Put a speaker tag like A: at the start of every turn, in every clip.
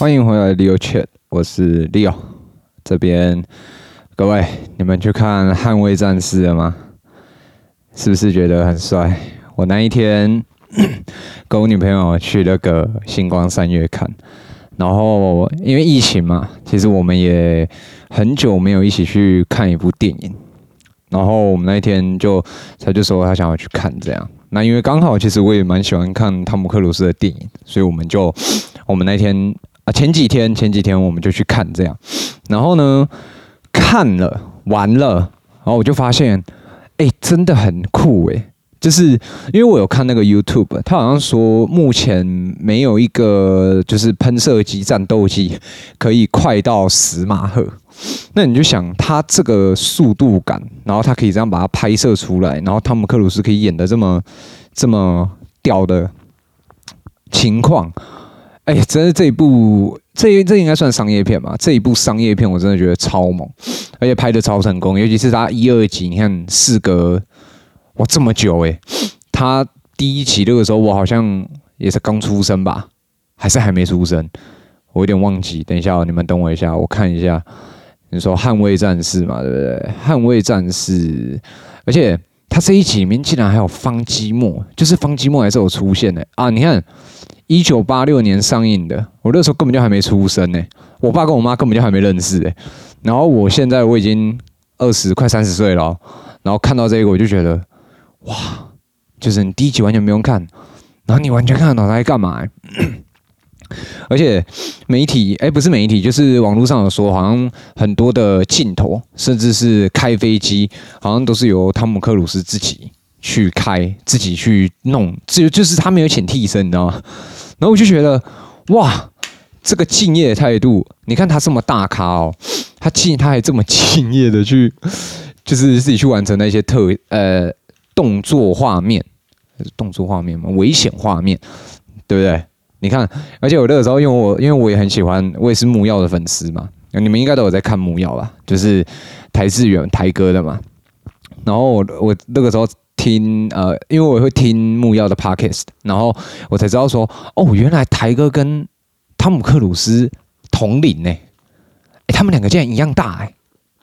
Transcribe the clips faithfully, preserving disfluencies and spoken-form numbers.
A: 欢迎回来 Leo Chat， 我是 Leo。这边各位，你们去看《捍卫战士》了吗？是不是觉得很帅？我那一天跟我女朋友去那个星光三月看，然后因为疫情嘛，其实我们也很久没有一起去看一部电影。然后我们那一天就，他就说他想要去看这样。那因为刚好其实我也蛮喜欢看汤姆克鲁斯的电影，所以我们就我们那天啊前几天前几天我们就去看这样。然后呢，看了完了，然后我就发现，哎、欸，真的很酷哎、欸。就是因为我有看那个 YouTube， 他好像说目前没有一个就是喷射机战斗机可以快到十马赫。那你就想他这个速度感，然后他可以这样把它拍摄出来，然后汤姆克鲁斯可以演的这么这么屌的情况，哎、欸，真的这一部这这应该算商业片吧？这一部商业片我真的觉得超猛，而且拍的超成功，尤其是他一二集，你看事隔哇这么久哎、欸，他第一集那个时候我好像也是刚出生吧，还是还没出生，我有点忘记。等一下、喔，你们等我一下，我看一下。你说捍卫战士嘛，对不对？捍卫战士，而且他这一集里面竟然还有方基墨，就是方基墨还是有出现的啊！你看，一九八六年上映的，我那时候根本就还没出生呢，我爸跟我妈根本就还没认识哎。然后我现在我已经二十快三十岁了，然后看到这个我就觉得，哇，就是你第一集完全不用看，然后你完全看得懂他在干嘛。而且媒体，哎、欸，不是媒体，就是网络上有说，好像很多的镜头，甚至是开飞机，好像都是由汤姆克鲁斯自己去开，自己去弄，就就是他没有请替身，你知道吗？然后我就觉得，哇，这个敬业的态度，你看他这么大咖哦，他敬他还这么敬业的去，就是自己去完成那些特呃动作画面，动作画面嘛，危险画面，对不对？你看，而且我那个时候，因为我因为我也很喜欢，我也是木曜的粉丝嘛，你们应该都有在看木曜吧，就是台志远台哥的嘛。然后我我那个时候听呃，因为我会听木曜的 podcast， 然后我才知道说，哦，原来台哥跟汤姆克鲁斯同龄呢、欸，哎，他们两个竟然一样大哎、欸，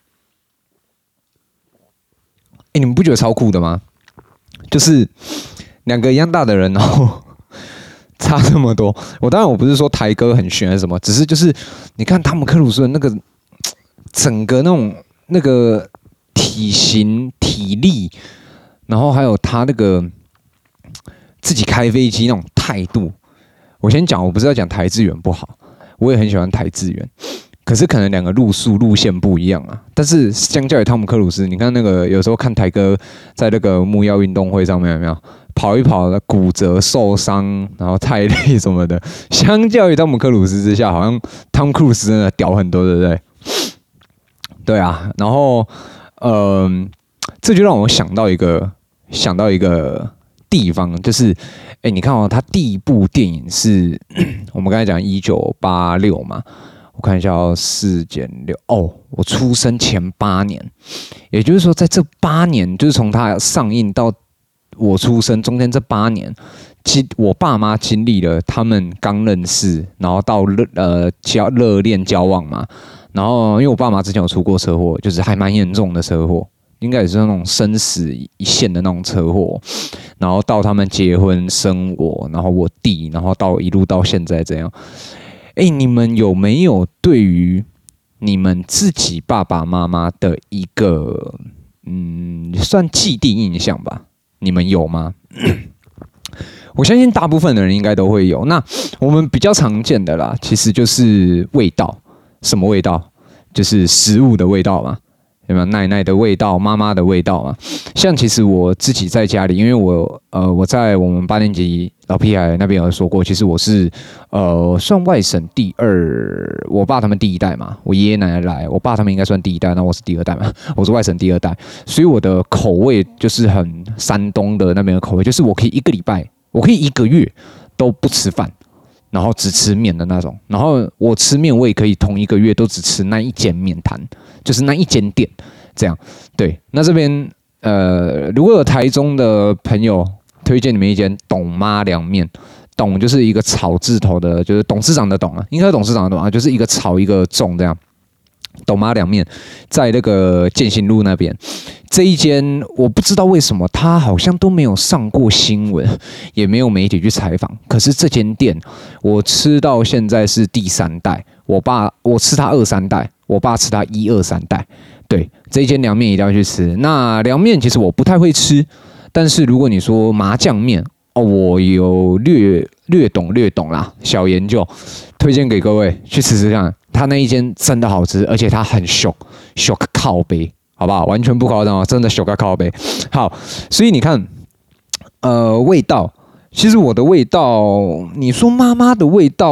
A: 哎，你们不觉得超酷的吗？就是两个一样大的人，然后。差这么多，我当然我不是说台哥很悬还是什么，只是就是你看汤姆克鲁斯的那个整个那种那个体型体力，然后还有他那个自己开飞机那种态度。我先讲，我不是要讲台志远不好，我也很喜欢台志远，可是可能两个路数路线不一样啊。但是相较于汤姆克鲁斯，你看那个有时候看台哥在那个木曜运动会上面有没有？跑一跑的骨折受伤，然后太累什么的，相较于汤姆克鲁斯之下，好像汤姆克鲁斯真的屌很多，对不对？对啊，然后，嗯、呃，这就让我想到一个想到一个地方，就是，哎，你看哦，他第一部电影是我们刚才讲一九八六嘛，我看一下哦，四减六，哦，我出生前八年，也就是说，在这八年，就是从它上映到我出生中间这八年，其我爸妈经历了他们刚认识，然后到呃交热恋交往嘛，然后因为我爸妈之前有出过车祸，就是还蛮严重的车祸，应该也是那种生死一线的那种车祸，然后到他们结婚生我，然后我弟，然后到一路到现在这样。哎，你们有没有对于你们自己爸爸妈妈的一个嗯算既定印象吧？你们有吗？我相信大部分的人应该都会有。那我们比较常见的啦，其实就是味道，什么味道？就是食物的味道嘛，有没有奶奶的味道、妈妈的味道嘛？像其实我自己在家里，因为我呃我在我们八年级老屁孩那边有说过，其实我是呃算外省第二，我爸他们第一代嘛，我爷爷奶奶来，我爸他们应该算第一代，那我是第二代嘛，我是外省第二代，所以我的口味就是很山东的那边的口味，就是我可以一个礼拜，我可以一个月都不吃饭。然后只吃面的那种，然后我吃面，我也可以同一个月都只吃那一间面摊，就是那一间店，这样。对，那这边呃，如果有台中的朋友推荐你们一间董妈凉面， 董就是一个草字头的，就是董事长的董啊，应该是董事长的董啊，就是一个草一个仲这样。董妈凉面在那个建新路那边，这一间我不知道为什么他好像都没有上过新闻，也没有媒体去采访。可是这间店我吃到现在是第三代，我爸我吃他二三代，我爸吃他一二三代。对，这一间凉面一定要去吃。那凉面其实我不太会吃，但是如果你说麻酱面哦，我有略略懂略懂啦，小研究，推荐给各位去吃吃看。他那一间真的好吃，而且他很秀秀个靠背，好不好？完全不夸张啊，真的秀个靠背。好，所以你看，呃，味道，其实我的味道，你说妈妈的味道，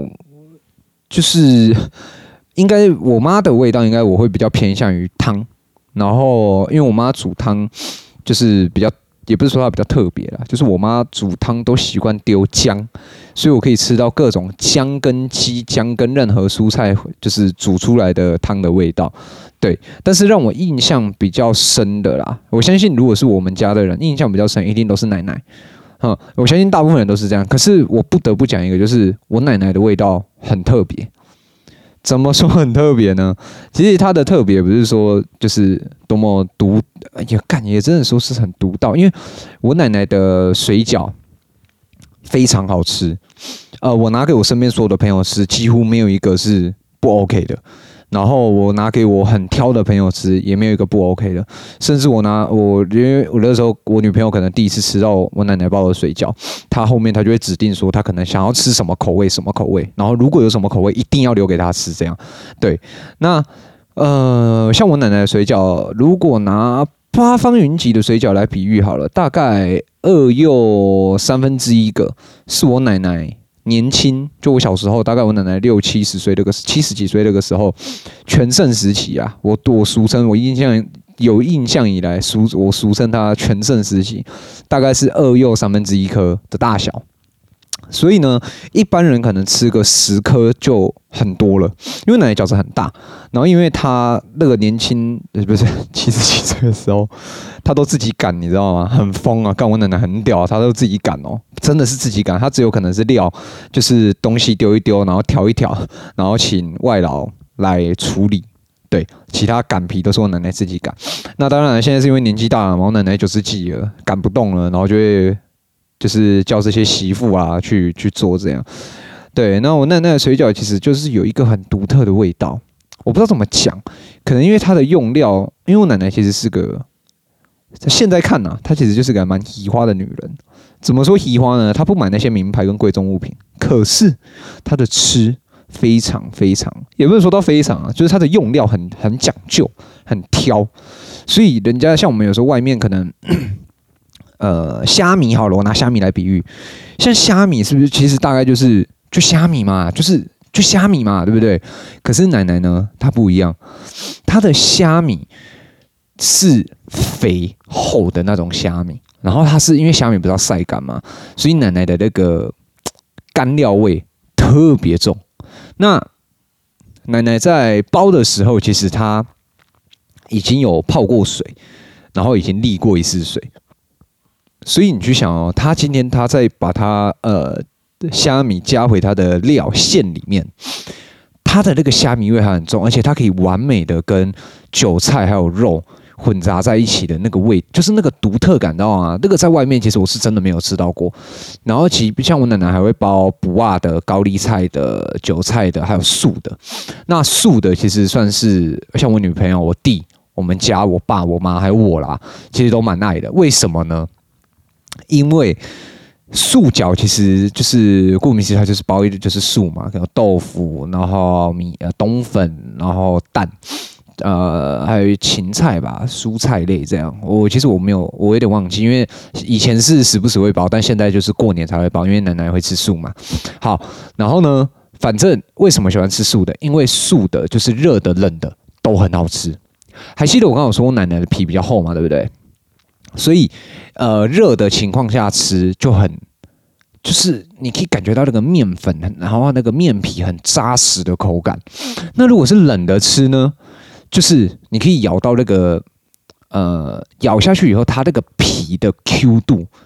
A: 就是应该我妈的味道，应该我会比较偏向于汤，然后因为我妈煮汤就是比较。也不是说它比较特别啦，就是我妈煮汤都习惯丢姜，所以我可以吃到各种姜跟鸡、姜跟任何蔬菜，就是煮出来的汤的味道。对，但是让我印象比较深的啦，我相信如果是我们家的人，印象比较深，一定都是奶奶。嗯，我相信大部分人都是这样。可是我不得不讲一个，就是我奶奶的味道很特别。怎么说很特别呢？其实它的特别不是说就是多么独，也干也真的说是很独到，因为我奶奶的水饺非常好吃，呃，我拿给我身边所有的朋友吃，几乎没有一个是不 OK 的。然后我拿给我很挑的朋友吃，也没有一个不 OK 的。甚至我拿我，因为我那时候我女朋友可能第一次吃到我奶奶包的水饺，她后面她就会指定说她可能想要吃什么口味，什么口味。然后如果有什么口味，一定要留给她吃。这样，对。那呃，像我奶奶的水饺，如果拿八方云集的水饺来比喻好了，大概二又三分之一个是我奶奶。年轻，就我小时候，大概我奶奶六七十岁那个七十几岁那个时候，全盛时期啊，我我俗称我印象有印象以来，俗我俗称它全盛时期，大概是二又三分之一颗的大小。所以呢，一般人可能吃个十颗就很多了，因为奶奶饺子很大。然后因为她那个年轻，不是七十几岁的时候，她都自己擀，你知道吗？很疯啊！干我奶奶很屌，她都自己擀哦，真的是自己擀。她只有可能是料，就是东西丢一丢，然后调一调，然后请外劳来处理。对，其他擀皮都是我奶奶自己擀。那当然，现在是因为年纪大了嘛，我奶奶九十几了，擀不动了，然后就会。就是叫这些媳妇啊去去做这样，对。那我奶奶的水饺其实就是有一个很独特的味道，我不知道怎么讲，可能因为它的用料，因为我奶奶其实是个，现在看啊，她其实就是个蛮喜花的女人。怎么说喜花呢？她不买那些名牌跟贵重物品，可是她的吃非常非常，也不是说到非常啊，就是她的用料很很讲究，很挑，所以人家像我们有时候外面可能。呃，虾米好了，我拿虾米来比喻，像虾米是不是其实大概就是就虾米嘛，就是就虾米嘛，对不对？可是奶奶呢，她不一样，她的虾米是肥厚的那种虾米，然后它是因为虾米不是要晒干嘛，所以奶奶的那个干料味特别重。那奶奶在包的时候，其实她已经有泡过水，然后已经沥过一次水。所以你去想哦，他今天他再把它呃虾米加回它的料馅里面，它的那个虾米味还很重，而且它可以完美的跟韭菜还有肉混杂在一起的那个味，就是那个独特感到啊，那个在外面其实我是真的没有吃到过。然后其实像我奶奶还会包不辣的、高丽菜的、韭菜的，还有素的。那素的其实算是像我女朋友、我弟、我们家、我爸、我妈还有我啦，其实都蛮爱的。为什么呢？因为素饺其实就是顾名思义，它就是包一就是素嘛，可能豆腐，然后米呃冬粉，然后蛋，呃还有芹菜吧，蔬菜类这样。我其实我没有，我有点忘记，因为以前是时不时会包，但现在就是过年才会包，因为奶奶会吃素嘛。好，然后呢，反正为什么喜欢吃素的？因为素的就是热的、冷的都很好吃。还记得我刚刚有说我奶奶的皮比较厚嘛，对不对？所以，呃，热的情况下吃就很，就是你可以感觉到那个面粉，然后那个面皮很扎实的口感。那如果是冷的吃呢，就是你可以咬到那个，呃，咬下去以后，它那个皮的 Q 度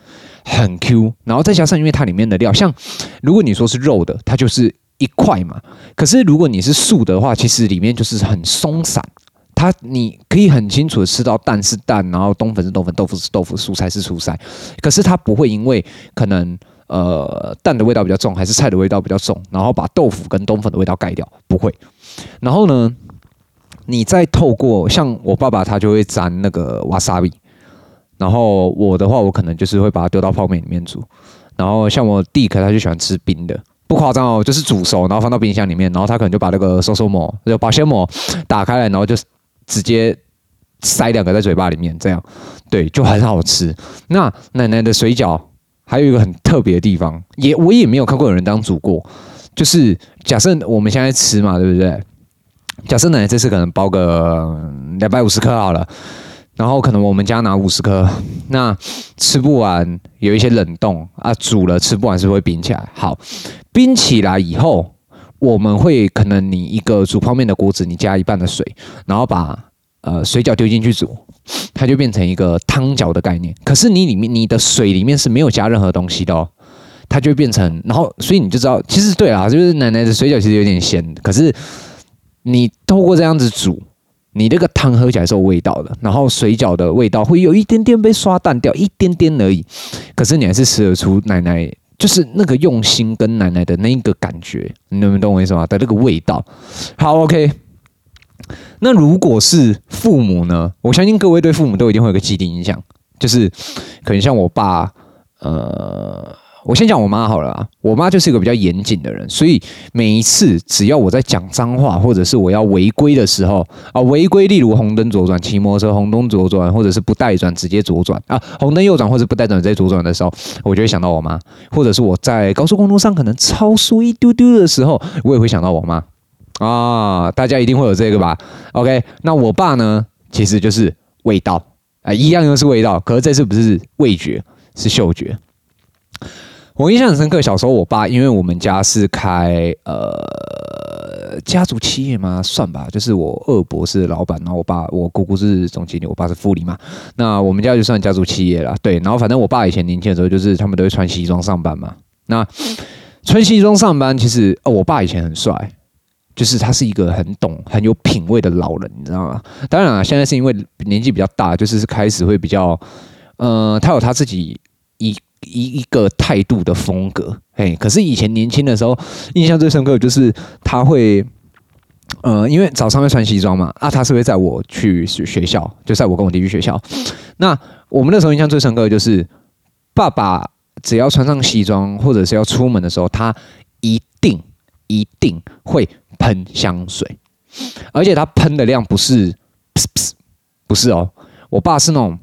A: 很 Q， 然后再加上因为它里面的料，像如果你说是肉的，它就是一块嘛。可是如果你是素的话，其实里面就是很松散，它你可以很清楚的吃到蛋是蛋，然后冬粉是冬粉，豆腐是豆腐，蔬菜是蔬菜。可是它不会因为可能呃蛋的味道比较重，还是菜的味道比较重，然后把豆腐跟冬粉的味道盖掉，不会。然后呢，你再透过像我爸爸他就会沾那个 wasabi。然后我的话，我可能就是会把它丢到泡面里面煮。然后像我弟，可他就喜欢吃冰的，不夸张哦，就是煮熟，然后放到冰箱里面，然后他可能就把那个收缩膜、就保鲜膜打开来，然后就直接塞两个在嘴巴里面，这样，对，就很好吃。那奶奶的水饺还有一个很特别的地方，也我也没有看过有人这样煮过，就是假设我们现在吃嘛，对不对？假设奶奶这次可能包个两百五十克好了。然后可能我们家拿五十颗，那吃不完有一些冷冻啊，煮了吃不完是会冰起来。好，冰起来以后，我们会可能你一个煮泡面的锅子，你加一半的水，然后把呃水饺丢进去煮，它就变成一个汤饺的概念。可是你里面你的水里面是没有加任何东西的哦，它就会变成，然后所以你就知道，其实对啦，就是奶奶的水饺其实有点咸，可是你透过这样子煮。你那个汤喝起来是有味道的，然后水饺的味道会有一点点被刷淡掉，一点点而已。可是你还是吃得出奶奶就是那个用心跟奶奶的那一个感觉，你能懂我意思吗？的那个味道。好 ，OK。那如果是父母呢？我相信各位对父母都一定会有个既定印象，就是可能像我爸，呃。我先讲我妈好了啊，我妈就是一个比较严谨的人，所以每一次只要我在讲脏话，或者是我要违规的时候啊，违规例如红灯左转、骑摩托车红灯左转，或者是不带转直接左转啊，红灯右转或者不带转直接左转的时候，我就会想到我妈，或者是我在高速公路上可能超速一丢丢的时候，我也会想到我妈啊，大家一定会有这个吧 ？OK， 那我爸呢，其实就是味道啊，一样又是味道，可是这次不是味觉，是嗅觉。我印象很深刻，小时候我爸，因为我们家是开呃家族企业嘛，算吧，就是我二伯是老板，然后我爸我姑姑是总经理，我爸是副理嘛，那我们家就算家族企业啦，对，然后反正我爸以前年轻的时候，就是他们都会穿西装上班嘛，那穿西装上班，其实、哦、我爸以前很帅。就是他是一个很懂、很有品味的老人，你知道吗？当然了，现在是因为年纪比较大，就是开始会比较，呃，他有他自己一一一个态度的风格，嘿。可是以前年轻的时候，印象最深刻的就是他会，呃，因为早上会穿西装嘛，啊，他是会载我去学校，就载我跟我弟去学校。那我们那时候印象最深刻的就是，爸爸只要穿上西装或者是要出门的时候，他一定一定会喷香水，而且他喷的量不是，不是哦，我爸是那种，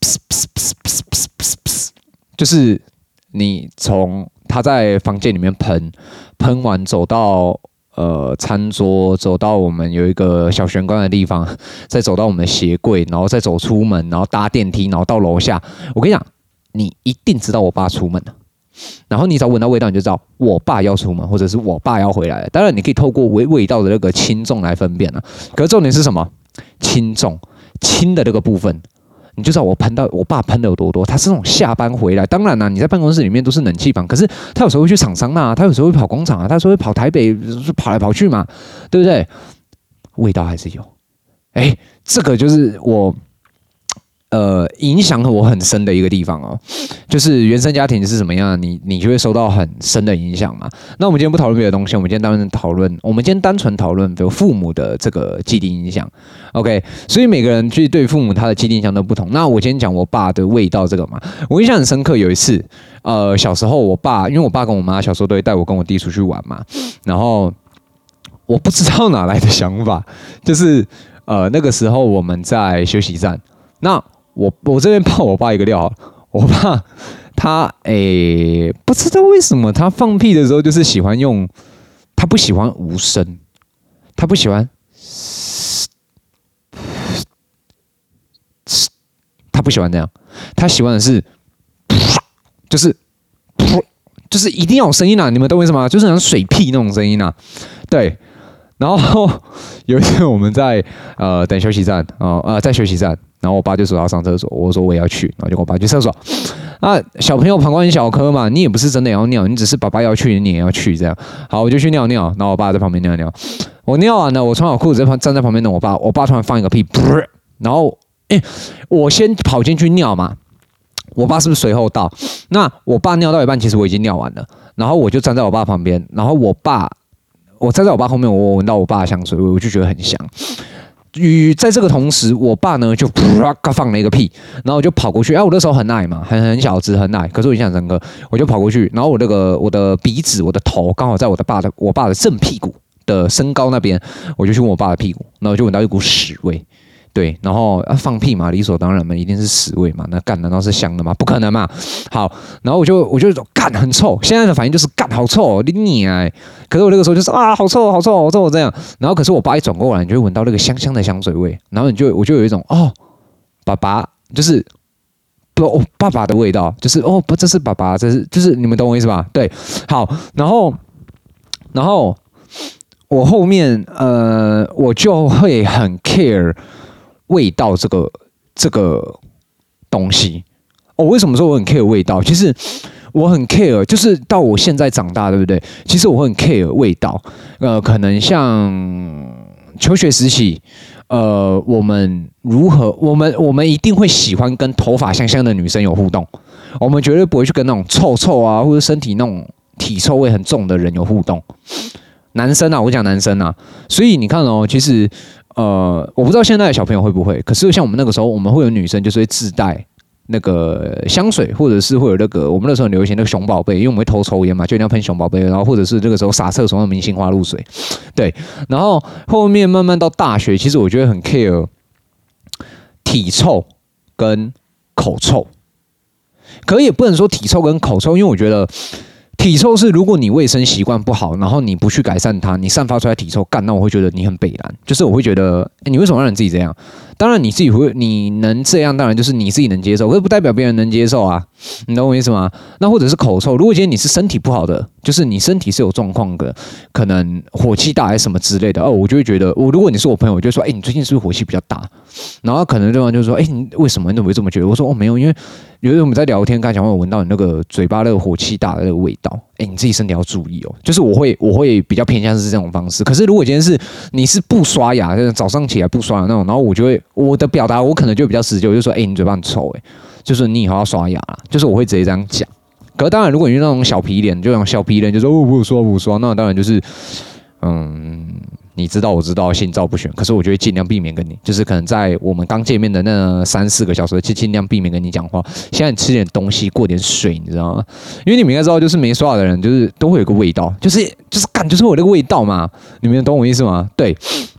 A: 就是你从他在房间里面喷，喷完走到呃餐桌，走到我们有一个小玄关的地方，再走到我们的鞋柜，然后再走出门，然后搭电梯，然后到楼下。我跟你讲，你一定知道我爸出门了。然后你只要闻到味道，你就知道我爸要出门，或者是我爸要回来了。当然，你可以透过味味道的那个轻重来分辨了。可是重点是什么？轻重轻的那个部分，你就知道我喷到我爸喷的有多多。他是那种下班回来，当然啦、啊，你在办公室里面都是冷气房，可是他有时候会去厂商啊，他有时候会跑工厂啊，他有时候会跑台北，跑来跑去嘛，对不对？味道还是有。哎，这个就是我。呃，影响我很深的一个地方哦，就是原生家庭是什么样，你你就会受到很深的影响嘛。那我们今天不讨论别的东西，我们今天单纯讨论，我们今天单纯讨论比如父母的这个既定影响。OK， 所以每个人去对父母他的既定影响都不同。那我今天讲我爸的味道这个嘛，我印象很深刻。有一次，呃，小时候我爸，因为我爸跟我妈小时候都会带我跟我弟出去玩嘛，然后我不知道哪来的想法，就是呃那个时候我们在休息站，那。我我这边爆我爸一个料，我爸他诶、欸、不知道为什么他放屁的时候就是喜欢用，他不喜欢无声，他不喜欢，他不喜欢这样，他喜欢的是，就是就是一定要有声音啊！你们懂我意思吗？就是像水屁那种声音啊，对。然后有一次我们在呃等休息站哦呃在休息站。 然后我爸就说要上厕所，我说我也要去，然后就跟我爸去厕所。啊，小朋友膀胱很小颗嘛，你也不是真的要尿，你只是爸爸要去，你也要去这样。好，我就去尿尿，然后我爸在旁边尿尿。我尿完了，我穿好裤子站在旁边等我爸，我爸突然放一个屁，然后哎、欸，我先跑进去尿嘛，我爸是不是随后到？那我爸尿到一半，其实我已经尿完了，然后我就站在我爸旁边，然后我爸，我站在我爸后面，我闻到我爸的香水味，我就觉得很香。与在这个同时，我爸呢就啪放了一个屁，然后我就跑过去。哎、啊，我那时候很矮嘛，很很小只，很矮，可是我印象深刻，我就跑过去，然后我那个我的鼻子，我的头刚好在我的爸的我爸的正屁股的身高那边，我就去闻我爸的屁股，然后我就闻到一股屎味。对，然后啊放屁嘛，理所当然嘛，一定是屎味嘛，那干难道是香的吗？不可能嘛。好，然后我就我就干很臭，现在的反应就是干好臭、哦，你你哎。可是我那个时候就是啊好臭好臭好臭这样，然后可是我爸一转过来，你就会闻到那个香香的香水味，然后你就我就有一种哦，爸爸就是不哦爸爸的味道，就是哦不这是爸爸，这是就是你们懂我意思吧？对，好，然后然后我后面呃我就会很 care。味道这个这个东西，哦，为什么说我很 care 味道？其实我很 care， 就是到我现在长大，对不对？其实我很 care 味道，呃，可能像求学时期，呃，我们如何，我们我们一定会喜欢跟头发香香的女生有互动，我们绝对不会去跟那种臭臭啊，或者身体那种体臭味很重的人有互动。男生啊，我讲男生啊，所以你看哦，其实。呃，我不知道现在的小朋友会不会，可是像我们那个时候，我们会有女生就是会自带那个香水，或者是会有那个我们那时候很流行那个熊宝贝，因为我们会偷抽烟嘛，就一定要喷熊宝贝，然后或者是那个时候洒厕所用明星花露水，对，然后后面慢慢到大学，其实我觉得很 care 体臭跟口臭，可也不能说体臭跟口臭，因为我觉得。体臭是如果你卫生习惯不好，然后你不去改善它，你散发出来体臭，干，那我会觉得你很北蓝，就是我会觉得，欸、你为什么让你自己这样？当然你自己会，你能这样，当然就是你自己能接受，可是不代表别人能接受啊，你懂我意思吗？那或者是口臭，如果今天你是身体不好的，就是你身体是有状况的，可能火气大还是什么之类的，哦，我就会觉得，我如果你是我朋友，我就说，哎、欸，你最近是不是火气比较大？然后可能对方就说，哎、欸，你为什么？你怎么会这么觉得？我说，哦，没有，因为。有时候我们在聊天，刚才讲我闻到你那个嘴巴那个火气大的那个味道，哎、欸，你自己身体要注意哦。就是我会我会比较偏向是这种方式。可是如果今天是你是不刷牙，就是早上起来不刷牙那种，然后我就会我的表达我可能就比较直接，我就说，哎、欸，你嘴巴很臭，哎，就是你以后要刷牙啦，就是我会直接这样讲。可是当然，如果你是那种小皮脸，就那种小皮脸，就说哦我刷我刷，那当然就是嗯。你知道我知道心照不宣，可是我就会尽量避免跟你，就是可能在我们刚见面的那三四个小时，就尽量避免跟你讲话。现在你吃点东西，过点水，你知道吗？因为你们应该知道，就是没刷牙的人，就是都会有个味道，就是就是感就是会有那个味道嘛。你们懂我意思吗？对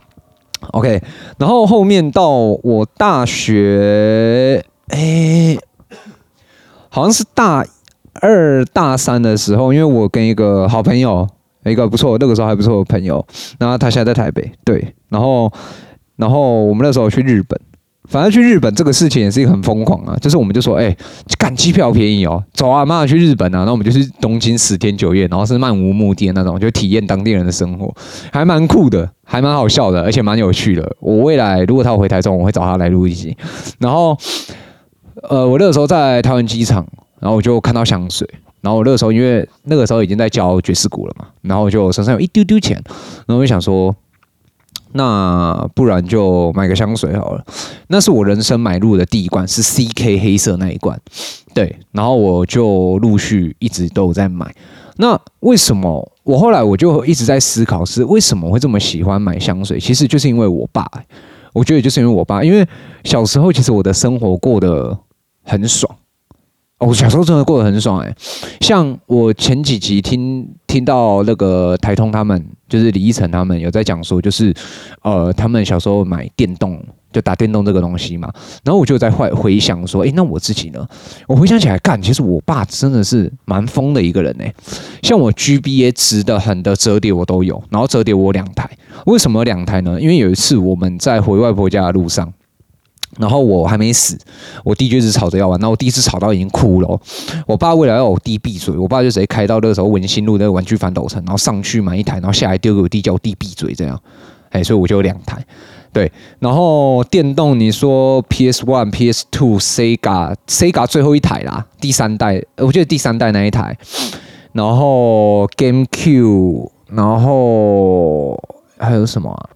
A: ，OK。然后后面到我大学，哎、欸，好像是大二大三的时候，因为我跟一个好朋友。一个不错，那个时候还不错的朋友，然后他现在在台北，对，然后，然后我们那时候去日本，反正去日本这个事情也是一个很疯狂啊，就是我们就说，哎、欸，赶机票便宜哦，走啊，妈去日本啊，然后我们就去东京十天九夜，然后是漫无目的的那种，就体验当地人的生活，还蛮酷的，还蛮好笑的，而且蛮有趣的。我未来如果他回台中，我会找他来录一集。然后，呃，我那个时候在台湾机场，然后我就看到香水。然后我那个时候，因为那个时候已经在教爵士鼓了嘛，然后就身上有一丢丢钱，然后我就想说，那不然就买个香水好了。那是我人生买入的第一罐，是 C K 黑色那一罐，对。然后我就陆续一直都有在买。那为什么我后来我就一直在思考，是为什么会这么喜欢买香水？其实就是因为我爸、欸，我觉得就是因为我爸，因为小时候其实我的生活过得很爽。我小时候真的过得很爽哎、欸，像我前几集听听到那个台通他们，就是李依晨他们有在讲说，就是呃他们小时候买电动，就打电动这个东西嘛，然后我就在回回想说，哎、欸，那我自己呢？我回想起来，干，其实我爸真的是蛮疯的一个人哎、欸，像我 G B A 直的、横的、折叠我都有，然后折叠我两台，为什么两台呢？因为有一次我们在回外婆家的路上。然后我还没死，我弟就一直吵着要玩，然后我弟是吵到已经哭了、哦。我爸为了要我弟闭嘴，我爸就直接开到那个时候文心路那个玩具反斗城，然后上去买一台，然后下来丢给我弟，叫我弟闭嘴这样。哎，所以我就有两台。 对，然后电动你说 P S 一、P S 二、Sega、Sega 最后一台啦，第三代，我记得第三代那一台，然后 GameCube， 然后还有什么、啊？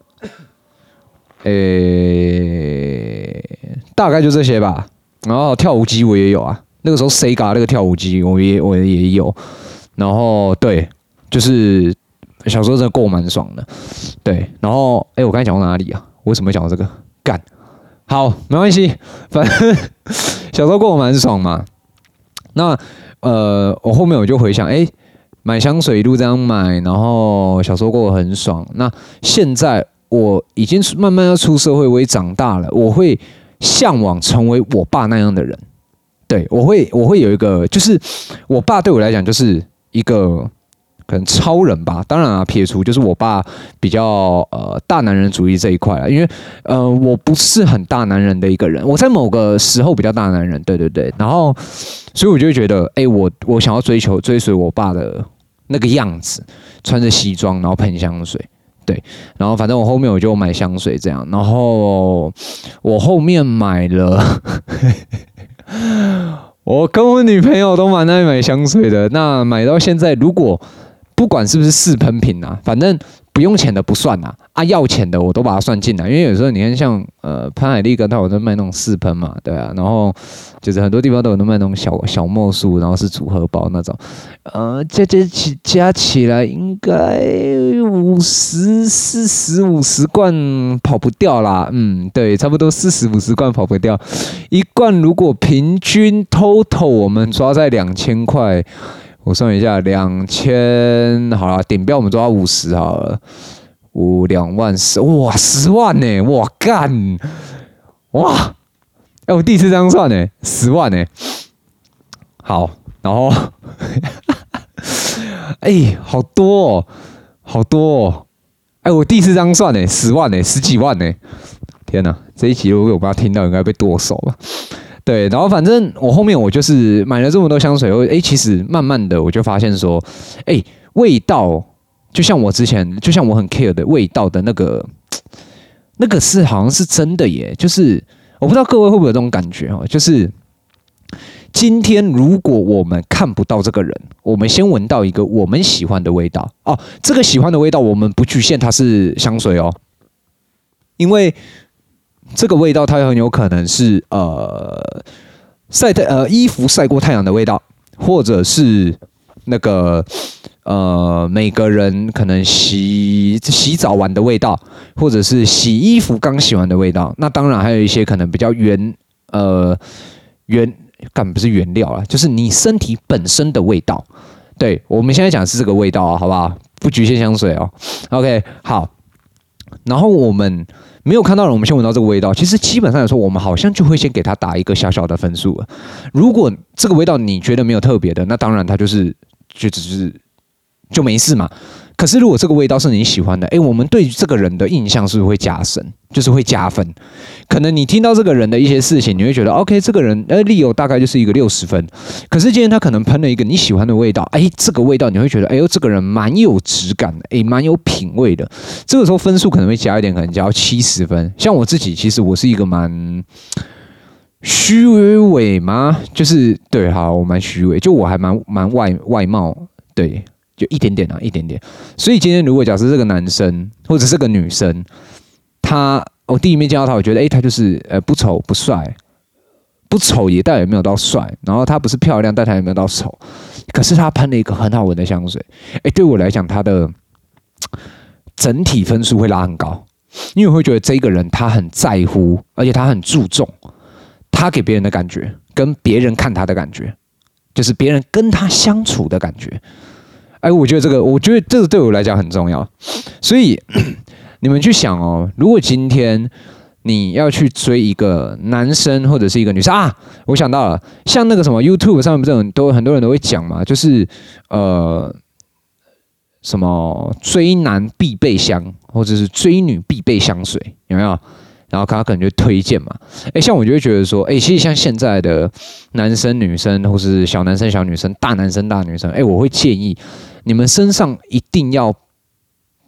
A: 诶，大概就这些吧。然后跳舞机我也有啊，那个时候 Sega 那个跳舞机我也我也有。然后对，就是小时候真的过蛮爽的。对，然后哎，我刚才讲到哪里啊？我为什么会讲到这个？干，好，没关系，反正小时候过蛮爽嘛。那呃，我后面我就回想，哎，买香水一路这样买，然后小时候过得很爽。那现在我已经慢慢要出社会，我也长大了，我会向往成为我爸那样的人。对，我会我会有一个，就是我爸对我来讲就是一个可能超人吧。当然啊，撇除就是我爸比较呃大男人主义这一块啦，因为呃我不是很大男人的一个人，我在某个时候比较大男人，对对对。然后所以我就会觉得，哎、欸，我我想要追求追随我爸的那个样子，穿着西装，然后喷香水。对，然后反正我后面我就买香水这样，然后我后面买了。我跟我女朋友都蛮爱买香水的。那买到现在，如果不管是不是试喷品啊，反正不用钱的不算啊，啊要钱的我都把它算进来。因为有时候你看像呃潘海利跟他有在卖那种试喷嘛，对啊，然后就是很多地方都有在卖那种小小墨数，然后是组合包那种，呃加加起加起来应该五十四十五十罐跑不掉啦，嗯，对，差不多四十五十罐跑不掉，一罐如果平均 total 我们抓在两千块。我算一下，两千好了，顶标我们抓到五十好了，五两万十，哇，十万呢，哇干，哇，哎、欸，我第一次这样算呢，十万呢，好，然后，哎、欸，好多哦，好多哦，哎、欸，我第一次这样算呢，十万呢，十几万呢，天哪，这一集如果我爸听到，应该被剁手吧。对，然后反正我后面我就是买了这么多香水，哎，其实慢慢的我就发现说，哎，味道就像我之前，就像我很 care 的味道的那个，那个是好像是真的耶，就是我不知道各位会不会有这种感觉哦，就是今天如果我们看不到这个人，我们先闻到一个我们喜欢的味道哦，这个喜欢的味道我们不局限它是香水哦，因为。这个味道它很有可能是呃晒太呃衣服晒过太阳的味道，或者是那个呃每个人可能洗洗澡完的味道，或者是洗衣服刚洗完的味道。那当然还有一些可能比较原呃原干不是原料啦，就是你身体本身的味道。对，我们现在讲的是这个味道啊，好不好？不局限香水哦。OK， 好。然后我们没有看到人，我们先闻到这个味道。其实基本上来说，我们好像就会先给它打一个小小的分数了。如果这个味道你觉得没有特别的，那当然它就是就只是就没事嘛。可是如果这个味道是你喜欢的，哎，我们对这个人的印象是不是会加深，就是会加分？可能你听到这个人的一些事情，你会觉得 OK， 这个人呃 Leo 大概就是一个六十分。可是今天他可能喷了一个你喜欢的味道，哎，这个味道你会觉得，哎呦，这个人蛮有质感的，哎，蛮有品味的。这个时候分数可能会加一点，可能加到七十分。像我自己，其实我是一个蛮虚伪吗？就是对，好，我蛮虚伪，就我还蛮蛮外外貌对。就一点点啊，一点点。所以今天如果假设这个男生或者这个女生，他我第一面见到他，我觉得哎、欸，他就是呃不丑不帅，不丑也但也没有到帅，然后他不是漂亮，但他也没有到丑。可是他喷了一个很好闻的香水，哎、欸，对我来讲，他的整体分数会拉很高，因为我会觉得这个人他很在乎，而且他很注重他给别人的感觉，跟别人看他的感觉，就是别人跟他相处的感觉。哎，我觉得这个，我觉得这个对我来讲很重要，所以你们去想哦，如果今天你要去追一个男生或者是一个女生啊，我想到了，像那个什么 YouTube 上面不是很多很多人都会讲嘛，就是呃什么追男必备香，或者是追女必备香水，有没有？然后他可能就推荐嘛，哎，像我就会觉得说，哎，其实像现在的男生、女生，或是小男生、小女生、大男生、大女生，哎，我会建议你们身上一定要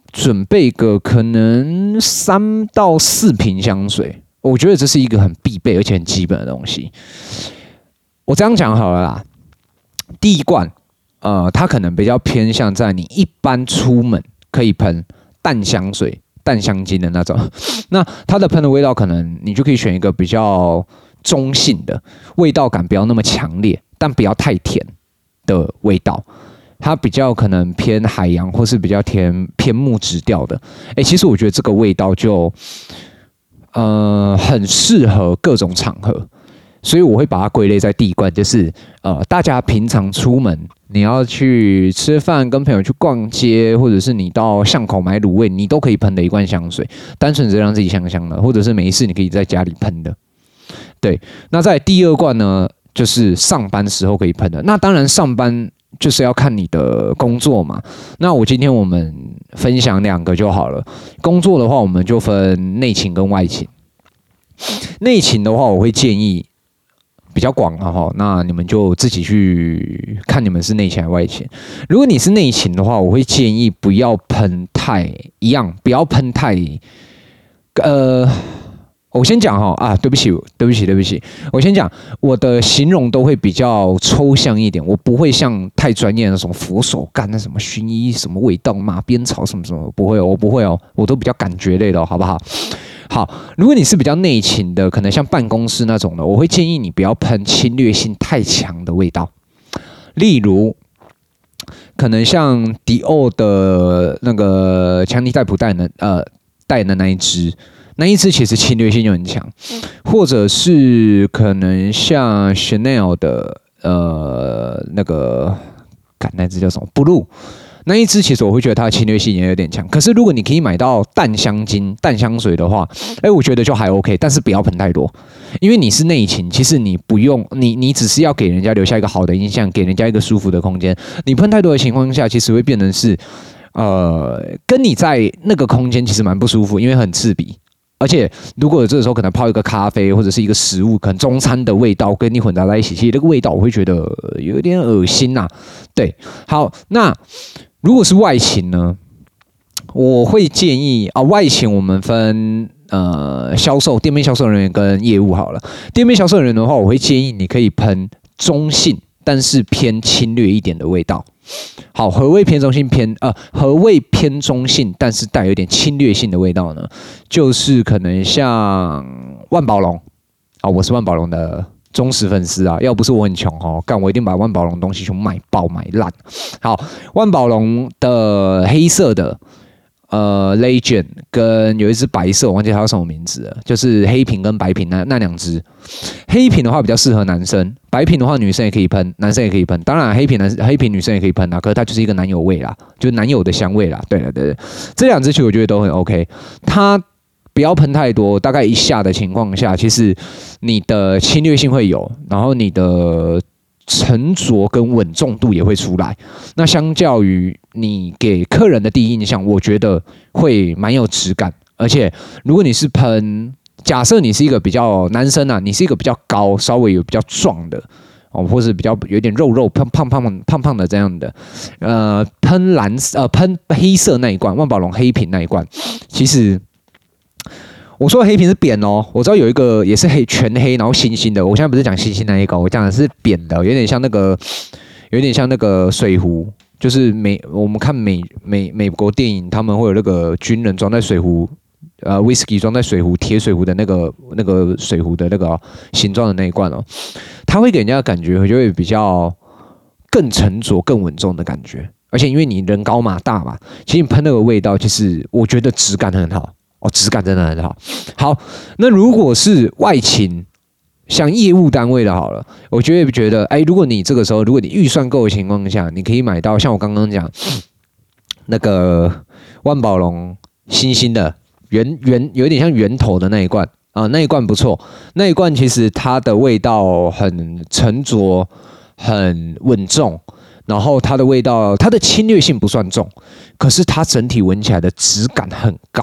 A: 准备个可能三到四瓶香水，我觉得这是一个很必备而且很基本的东西。我这样讲好了啦，第一罐，呃，它可能比较偏向在你一般出门可以喷淡香水、淡香精的那种，那它的喷的味道可能你就可以选一个比较中性的，味道感不要那么强烈，但不要太甜的味道。它比较可能偏海洋，或是比较偏偏木质调的。哎，其实我觉得这个味道就，呃，很适合各种场合，所以我会把它归类在第一罐，就是呃，大家平常出门，你要去吃饭、跟朋友去逛街，或者是你到巷口买卤味，你都可以喷的一罐香水，单纯只是让自己香香的，或者是没事你可以在家里喷的。对，那在第二罐呢，就是上班时候可以喷的。那当然上班就是要看你的工作嘛。那我今天我们分享两个就好了。工作的话，我们就分内勤跟外勤。内勤的话，我会建议比较广啊哈，那你们就自己去看你们是内勤还是外勤。如果你是内勤的话，我会建议不要喷太一样，不要喷太呃。我先讲哈啊，对不起，对不起，对不起。我先讲，我的形容都会比较抽象一点，我不会像太专业的那种佛手柑那什么薰衣什么味道、马鞭草什么什么，不会哦，我不会哦，我都比较感觉类的、哦，好不好？好，如果你是比较内勤的，可能像办公室那种的，我会建议你不要喷侵略性太强的味道，例如。可能像迪奥的那个强尼戴普代的呃代的那一支。那一支其实侵略性就很强，或者是可能像 Chanel 的呃那个，干那支叫什么 Blue， 那一支其实我会觉得它的侵略性也有点强。可是如果你可以买到淡香精、淡香水的话，哎，我觉得就还 OK， 但是不要喷太多，因为你是内勤，其实你不用你你只是要给人家留下一个好的印象，给人家一个舒服的空间。你喷太多的情况下，其实会变成是呃跟你在那个空间其实蛮不舒服，因为很刺鼻。而且，如果这个时候可能泡一个咖啡或者是一个食物，可能中餐的味道跟你混杂在一起，其实这个味道我会觉得有点恶心呐、啊。对，好，那如果是外勤呢，我会建议啊，外勤我们分呃销售、店面销售人员跟业务好了。店面销售人员的话，我会建议你可以喷中性但是偏侵略一点的味道。好，何谓偏中性偏呃，何谓偏中性，但是带有点侵略性的味道呢？就是可能像万宝龙啊，我是万宝龙的忠实粉丝啊，要不是我很穷哦，干我一定把万宝龙东西全买爆买烂。好，万宝龙的黑色的呃 Legend 跟有一只白色，我忘记它叫什么名字了，就是黑瓶跟白瓶那那两只。黑瓶的话比较适合男生，白瓶的话女生也可以喷，男生也可以喷。当然黑瓶男黑瓶女生也可以喷啊，可是它就是一个男友味啦，就是男友的香味啦。对了对对，这两支其实我觉得都很 OK， 它不要喷太多，大概一下的情况下，其实你的侵略性会有，然后你的沉着跟稳重度也会出来。那相较于你给客人的第一印象，我觉得会蛮有质感。而且如果你是喷，假设你是一个比较男生啊，你是一个比较高、稍微有比较壮的哦，或是比较有点肉肉胖胖胖胖胖的这样的，呃，喷蓝呃喷黑色那一罐，万宝龙黑瓶那一罐，其实。我说的黑瓶是扁哦，我知道有一个也是黑全黑，然后星星的。我现在不是讲星星那一个，我讲的是扁的，有点像那个，有点像那个水壶，就是美我们看美美美国电影，他们会有那个军人装在水壶，呃，whisky 装在水壶，铁水壶的那个那个水壶的那个、哦、形状的那一罐哦，它会给人家的感觉就会比较更沉着、更稳重的感觉。而且因为你人高马大嘛，其实你喷那个味道，其实我觉得质感很好。哦，质感真的很好。好，那如果是外勤，像业务单位的好了，我觉得觉得，哎，如果你这个时候，如果你预算够的情况下，你可以买到像我刚刚讲那个万宝龙星星的圆圆，有点像圆头的那一罐啊、呃，那一罐不错，那一罐其实它的味道很沉着，很稳重。然后它的味道，它的侵略性不算重，可是它整体闻起来的质感很高。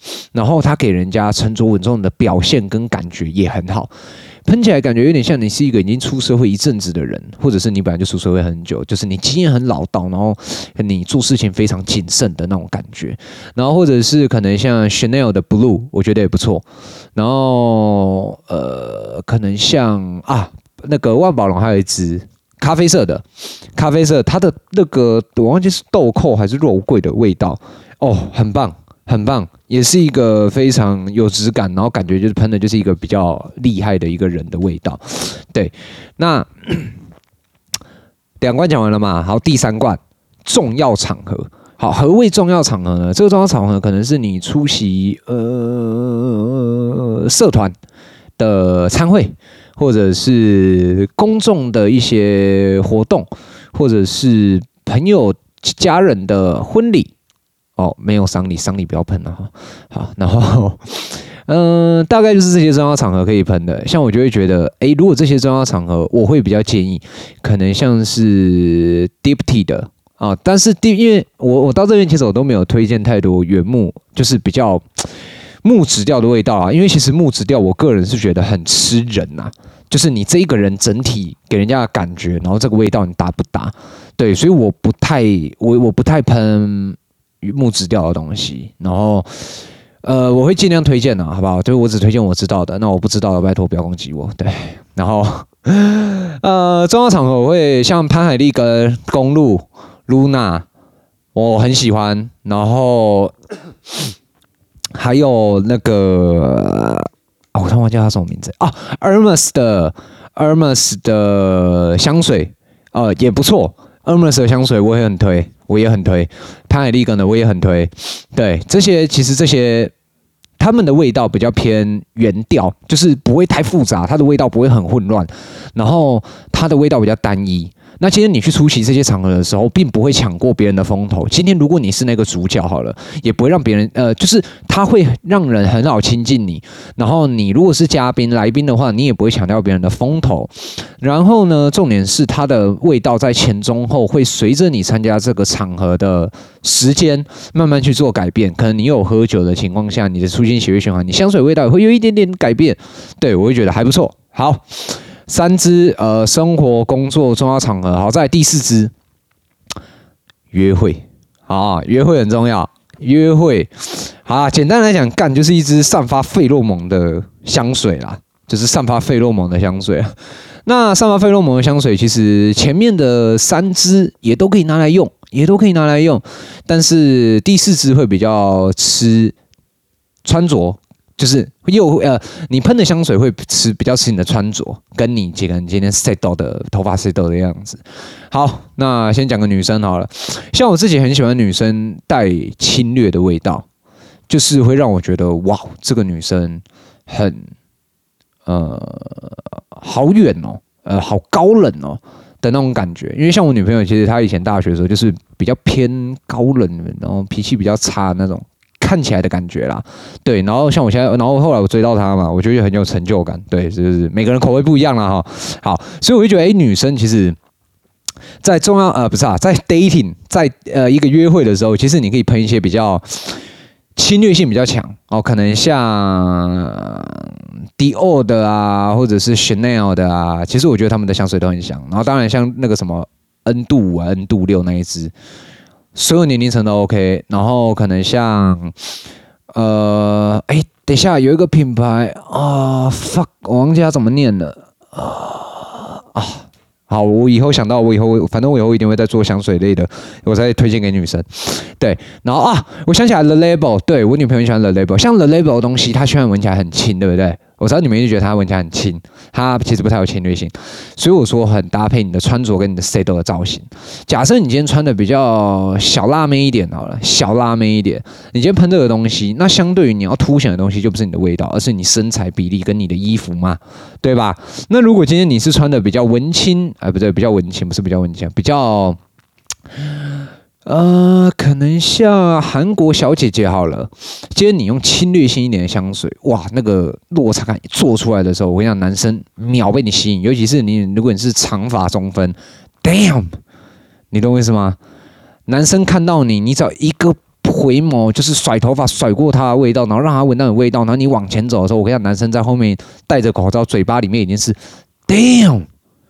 A: 然后它给人家沉着稳重的表现跟感觉也很好。喷起来感觉有点像你是一个已经出社会一阵子的人，或者是你本来就出社会很久，就是你经验很老道，然后你做事情非常谨慎的那种感觉。然后或者是可能像 Chanel 的 Blue， 我觉得也不错。然后呃，可能像啊那个万宝龙还有一支咖啡色的，咖啡色它的那个我忘记是豆蔻还是肉桂的味道哦，很棒。很棒，也是一个非常有质感，然后感觉就是喷的就是一个比较厉害的一个人的味道。对，那两罐讲完了嘛？好，第三罐重要场合。好，何谓重要场合呢？这个重要场合可能是你出席呃社团的餐会，或者是公众的一些活动，或者是朋友家人的婚礼。哦，没有丧礼，丧礼不要喷了哈。好，然后，嗯、呃，大概就是这些重要场合可以喷的。像我就会觉得，哎，如果这些重要场合，我会比较建议，可能像是 Deep Tea 的啊，但是 Deep， 因为我我到这边其实我都没有推荐太多原木，就是比较木质调的味道啊。因为其实木质调，我个人是觉得很吃人呐、啊，就是你这一个人整体给人家的感觉，然后这个味道你搭不搭？对，所以我不太我我不太喷木质调的东西，然后呃，我会尽量推荐的，好不好？就是我只推荐我知道的，那我不知道的，拜托不要攻击我。对，然后呃，重要场合我会像潘海利跟公路 Luna， 我很喜欢，然后还有那个、啊、我突然忘记他什么名字啊 ，Hermes 的 Hermes 的香水，呃，也不错。Hermes 的香水我也很推，我也很推。潘海利根的我也很推。对，这些其实这些他们的味道比较偏原调，就是不会太复杂，它的味道不会很混乱，然后它的味道比较单一。那今天你去出席这些场合的时候，并不会抢过别人的风头。今天如果你是那个主角好了，也不会让别人呃，就是他会让人很好亲近你。然后你如果是嘉宾来宾的话，你也不会抢掉别人的风头。然后呢，重点是它的味道在前中后会随着你参加这个场合的时间慢慢去做改变。可能你有喝酒的情况下，你的促进血液循环，你香水味道也会有一点点改变。对，我会觉得还不错。好。三支呃，生活、工作、重要场合，好，再来第四支，约会啊，约会很重要，约会，好，简单来讲，干就是一支散发费洛蒙的香水啦，就是散发费洛蒙的香水。那散发费洛蒙的香水，其实前面的三支也都可以拿来用，也都可以拿来用，但是第四支会比较吃穿着。就是又呃，你喷的香水会吃比较吃你的穿着，跟你这个人今天 set 到的头发 set 到的样子。好，那先讲个女生好了，像我自己很喜欢女生带侵略的味道，就是会让我觉得哇，这个女生很呃好远哦，呃好高冷哦的那种感觉。因为像我女朋友，其实她以前大学的时候就是比较偏高冷，然后脾气比较差的那种。看起来的感觉啦，对，然后像我现在，然后后来我追到她嘛，我觉得很有成就感，对，就是每个人口味不一样啦哈。好，所以我就觉得，哎、欸，女生其实，在重要呃不是啊，在 dating， 在呃一个约会的时候，其实你可以喷一些比较侵略性比较强哦，可能像 Dior 的啊，或者是 Chanel 的啊，其实我觉得他们的香水都很香。然后当然像那个什么 N 度五啊、N 度六那一支。所有年龄层都 OK， 然后可能像，呃，哎，等一下有一个品牌啊 ，fuck， 我忘记它怎么念了啊啊，好，我以后想到，我以后反正我以后一定会再做香水类的，我再推荐给女生。对，然后啊，我想起来 The Label， 对我女朋友喜欢 The Label， 像 The Label 的东西，她喜欢闻起来很轻，对不对？我知道你们一直觉得它闻起来很轻，它其实不太有侵略性，所以我说很搭配你的穿着跟你的 set 的造型。假设你今天穿的比较小辣妹一点好了，小辣妹一点，你今天喷这个东西，那相对于你要凸显的东西就不是你的味道，而是你身材比例跟你的衣服嘛，对吧？那如果今天你是穿的比较文青，哎不对，比较文青不是比较文青，比较。呃，可能像韩国小姐姐好了，今天你用侵略性一点的香水，哇，那个落差感做出来的时候，我跟你讲，男生秒被你吸引，尤其是你，如果你是长发中分 ，damn， 你懂我意思吗？男生看到你，你只要一个噗回眸，就是甩头发甩过他的味道，然后让他闻到你味道，然后你往前走的时候，我跟你讲，男生在后面戴着口罩，嘴巴里面已经是 damn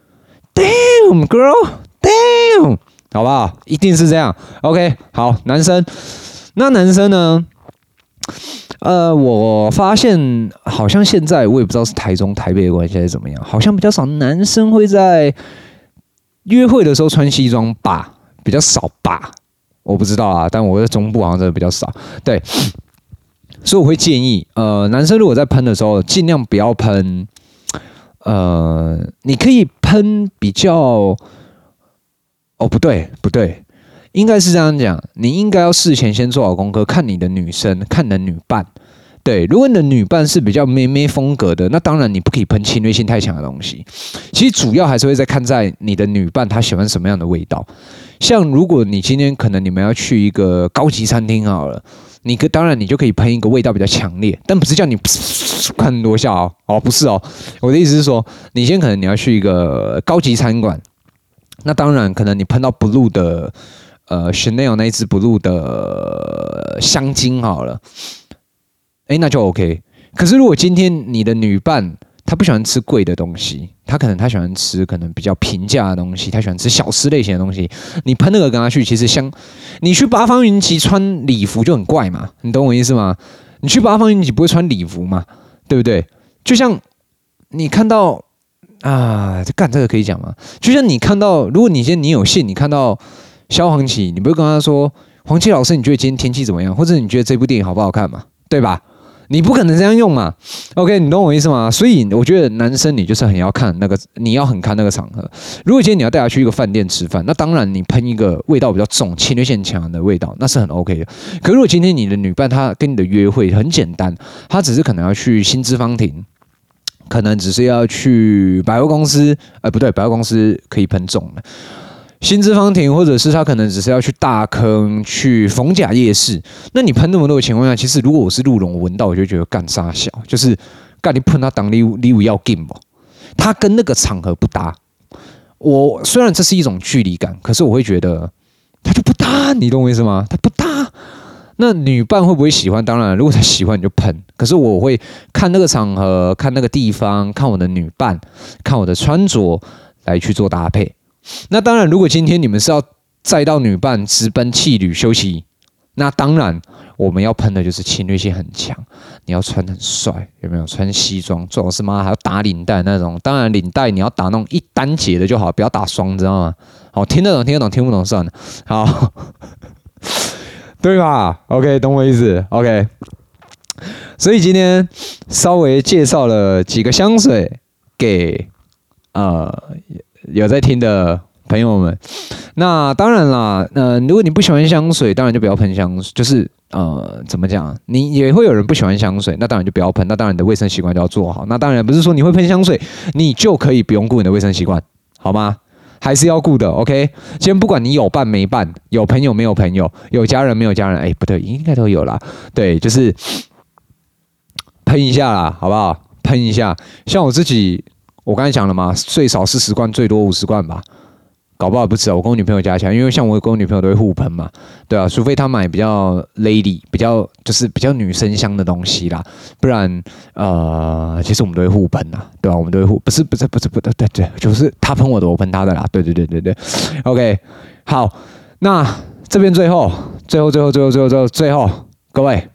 A: damn girl damn， 好不好？一定是这样。OK， 好，男生，那男生呢？呃，我发现好像现在我也不知道是台中、台北的关系还是怎么样，好像比较少男生会在约会的时候穿西装吧，比较少吧，我不知道啊。但我在中部好像真的比较少，对，所以我会建议，呃，男生如果在喷的时候，尽量不要喷，呃，你可以喷比较，哦，不对，不对。应该是这样讲，你应该要事前先做好功课，看你的女生，看你的女伴。对，如果你的女伴是比较妹妹风格的，那当然你不可以喷侵略性太强的东西。其实主要还是会在看在你的女伴她喜欢什么样的味道。像如果你今天可能你们要去一个高级餐厅好了，你可当然你就可以喷一个味道比较强烈，但不是叫你喷很多下哦，哦不是哦，我的意思是说，你先可能你要去一个高级餐馆，那当然可能你喷到 blue 的。呃 ，Chanel 那一支 blue 的香精好了，哎，那就 OK。可是如果今天你的女伴她不喜欢吃贵的东西，她可能她喜欢吃可能比较平价的东西，她喜欢吃小吃类型的东西，你喷那个跟她去，其实相你去八方云集穿礼服就很怪嘛，你懂我意思吗？你去八方云集不会穿礼服嘛，对不对？就像你看到啊，干这个可以讲吗？就像你看到，如果你今天你有幸你看到。萧煌奇，你不会跟他说，黄奇老师，你觉得今天天气怎么样？或者你觉得这部电影好不好看嘛？对吧？你不可能这样用嘛 ？OK， 你懂我意思吗？所以我觉得男生你就是很要看那个，你要很看那个场合。如果今天你要带他去一个饭店吃饭，那当然你喷一个味道比较重、侵略性强的味道，那是很 OK 的。可如果今天你的女伴她跟你的约会很简单，她只是可能要去新之芳庭。可能只是要去百货公司，呃，不对，百货公司可以喷重的。新之芳庭，或者是他可能只是要去大坑、去逢甲夜市，那你喷那么多的情况下，其实如果我是路人，我闻到我就觉得干啥小，就是干你喷他当礼物礼物要劲不？他跟那个场合不搭。我虽然这是一种距离感，可是我会觉得他就不搭，你懂我意思吗？他不搭。那女伴会不会喜欢？当然，如果她喜欢你就喷。可是我会看那个场合、看那个地方、看我的女伴、看我的穿着来去做搭配。那当然，如果今天你们是要载到女伴直奔汽旅休息，那当然我们要喷的就是侵略性很强。你要穿很帅，有没有？穿西装，最好是妈还要打领带那种。当然，领带你要打那种一单节的就好，不要打双，知道吗？好，听得懂听得懂，听不懂算了。好，对吧 ？OK， 懂我意思 ？OK。所以今天稍微介绍了几个香水给呃。有在听的朋友们，那当然啦，呃，如果你不喜欢香水，当然就不要喷香水。就是呃，怎么讲？你也会有人不喜欢香水，那当然就不要喷。那当然你的卫生习惯就要做好。那当然不是说你会喷香水，你就可以不用顾你的卫生习惯，好吗？还是要顾的 ，OK。今天不管你有伴没伴，有朋友没有朋友，有家人没有家人，哎，不对，应该都有啦。对，就是喷一下啦，好不好？喷一下，像我自己。我刚才讲了嘛，最少四十罐，最多五十罐吧，搞不好不止。我跟我女朋友加起来，因为像我跟我女朋友都会互喷嘛，对啊，除非她买比较 lady， 比较就是比较女生香的东西啦，不然呃，其实我们都会互喷啦，对吧、啊？我们都会互，不是不是不是不对对对，就是她喷我的，我喷她的啦，对对对对对 ，OK， 好，那这边最后最后最后最后最后最后最后，各位。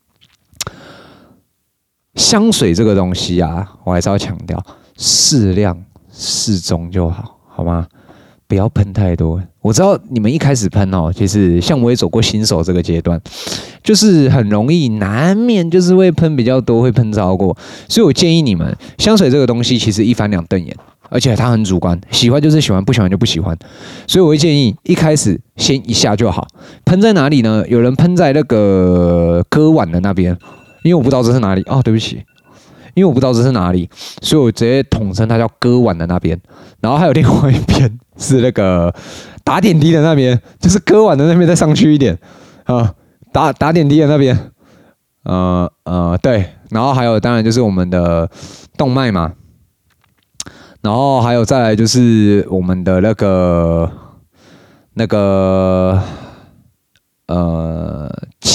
A: 香水这个东西啊，我还是要强调。适量适中就好，好吗？不要喷太多。我知道你们一开始喷哦，其实像我也走过新手这个阶段，就是很容易难免就是会喷比较多，会喷超过。所以我建议你们，香水这个东西其实一翻两瞪眼，而且它很主观，喜欢就是喜欢，不喜欢就不喜欢。所以我会建议一开始先一下就好。喷在哪里呢？有人喷在那个割腕的那边，因为我不知道这是哪里哦，对不起。因为我不知道这是哪里，所以我直接统称它叫割腕的那边。然后还有另外一边是那个打点滴的那边，就是割腕的那边再上去一点啊，打打点滴的那边，呃呃对。然后还有当然就是我们的动脉嘛，然后还有再来就是我们的那个那个呃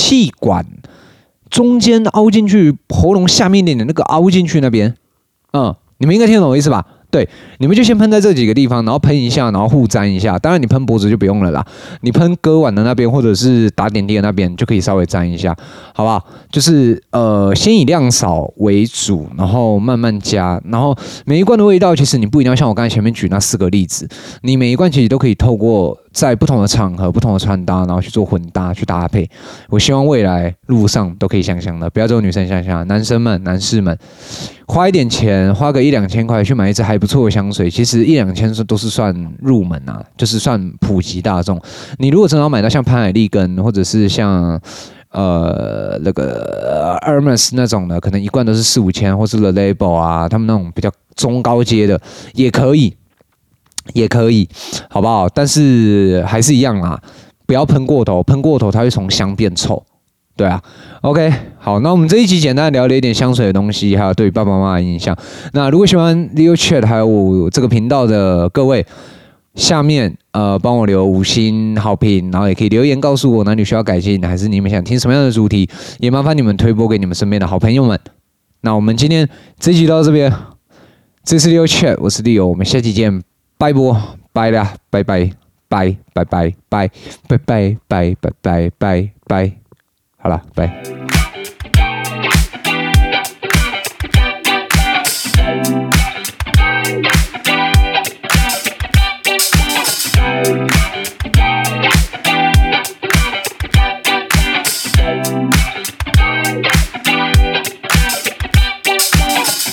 A: 气管中间凹进去，喉咙下面一点点那个凹进去那边，嗯，你们应该听懂我意思吧？对，你们就先喷在这几个地方，然后喷一下，然后互沾一下。当然，你喷脖子就不用了啦，你喷割腕的那边或者是打点滴的那边就可以稍微沾一下，好不好？就是呃，先以量少为主，然后慢慢加。然后每一罐的味道，其实你不一定要像我刚才前面举那四个例子，你每一罐其实都可以透过在不同的场合、不同的穿搭，然后去做混搭、去搭配。我希望未来路上都可以香香的，不要只有女生香香，男生们、男士们。花一点钱，花个一两千块去买一支还不错的香水，其实一两千都是算入门啊，就是算普及大众。你如果真的要买到像潘海利根或者是像呃那个 Hermes 那种的，可能一罐都是四五千，或是 The Label 啊，他们那种比较中高阶的也可以，也可以，好不好？但是还是一样啦，不要喷过头，喷过头它会从香变臭。对啊 ，OK， 好，那我们这一集简单聊了一点香水的东西，还有对爸爸妈妈的印象。那如果喜欢 Leo Chat 还有我这个频道的各位，下面呃帮我留五星好评，然后也可以留言告诉我哪里需要改进，还是你们想听什么样的主题，也麻烦你们推播给你们身边的好朋友们。那我们今天这一集到这边，这是 Leo Chat， 我是 Leo， 我们下期见，拜拜，拜啦，拜拜，拜拜拜拜拜拜拜拜拜拜拜。好了，拜。